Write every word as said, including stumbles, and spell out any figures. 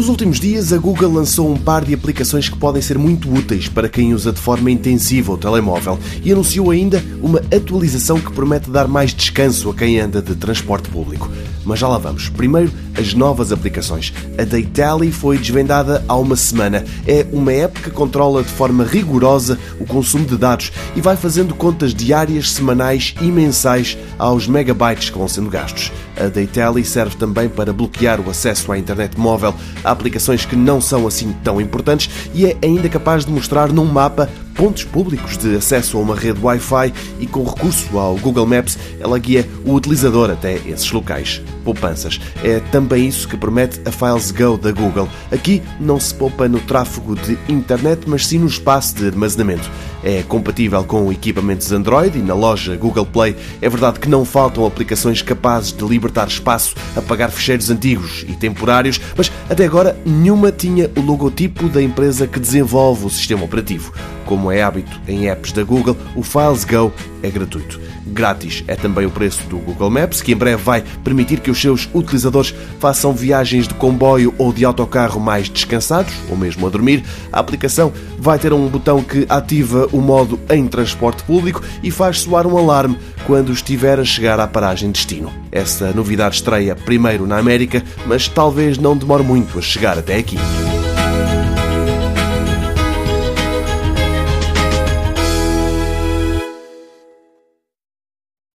Nos últimos dias, a Google lançou um par de aplicações que podem ser muito úteis para quem usa de forma intensiva o telemóvel e anunciou ainda uma atualização que promete dar mais descanso a quem anda de transporte público. Mas já lá vamos. Primeiro, as novas aplicações. A Daytally foi desvendada há uma semana. É uma app que controla de forma rigorosa o consumo de dados e vai fazendo contas diárias, semanais e mensais aos megabytes que vão sendo gastos. A Daytally serve também para bloquear o acesso à internet móvel a aplicações que não são assim tão importantes e é ainda capaz de mostrar num mapa pontos públicos de acesso a uma rede Wi-Fi e, com recurso ao Google Maps, ela guia o utilizador até esses locais. Poupanças. É também isso que promete a Files Go da Google. Aqui não se poupa no tráfego de internet, mas sim no espaço de armazenamento. É compatível com equipamentos Android e na loja Google Play é verdade que não faltam aplicações capazes de libertar espaço, apagar ficheiros antigos e temporários, mas até agora nenhuma tinha o logotipo da empresa que desenvolve o sistema operativo. Como é hábito em apps da Google, o Files Go é gratuito. Grátis é também o preço do Google Maps, que em breve vai permitir que os seus utilizadores façam viagens de comboio ou de autocarro mais descansados, ou mesmo a dormir. A aplicação vai ter um botão que ativa o modo em transporte público e faz soar um alarme quando estiver a chegar à paragem de destino. Essa novidade estreia primeiro na América, mas talvez não demore muito a chegar até aqui.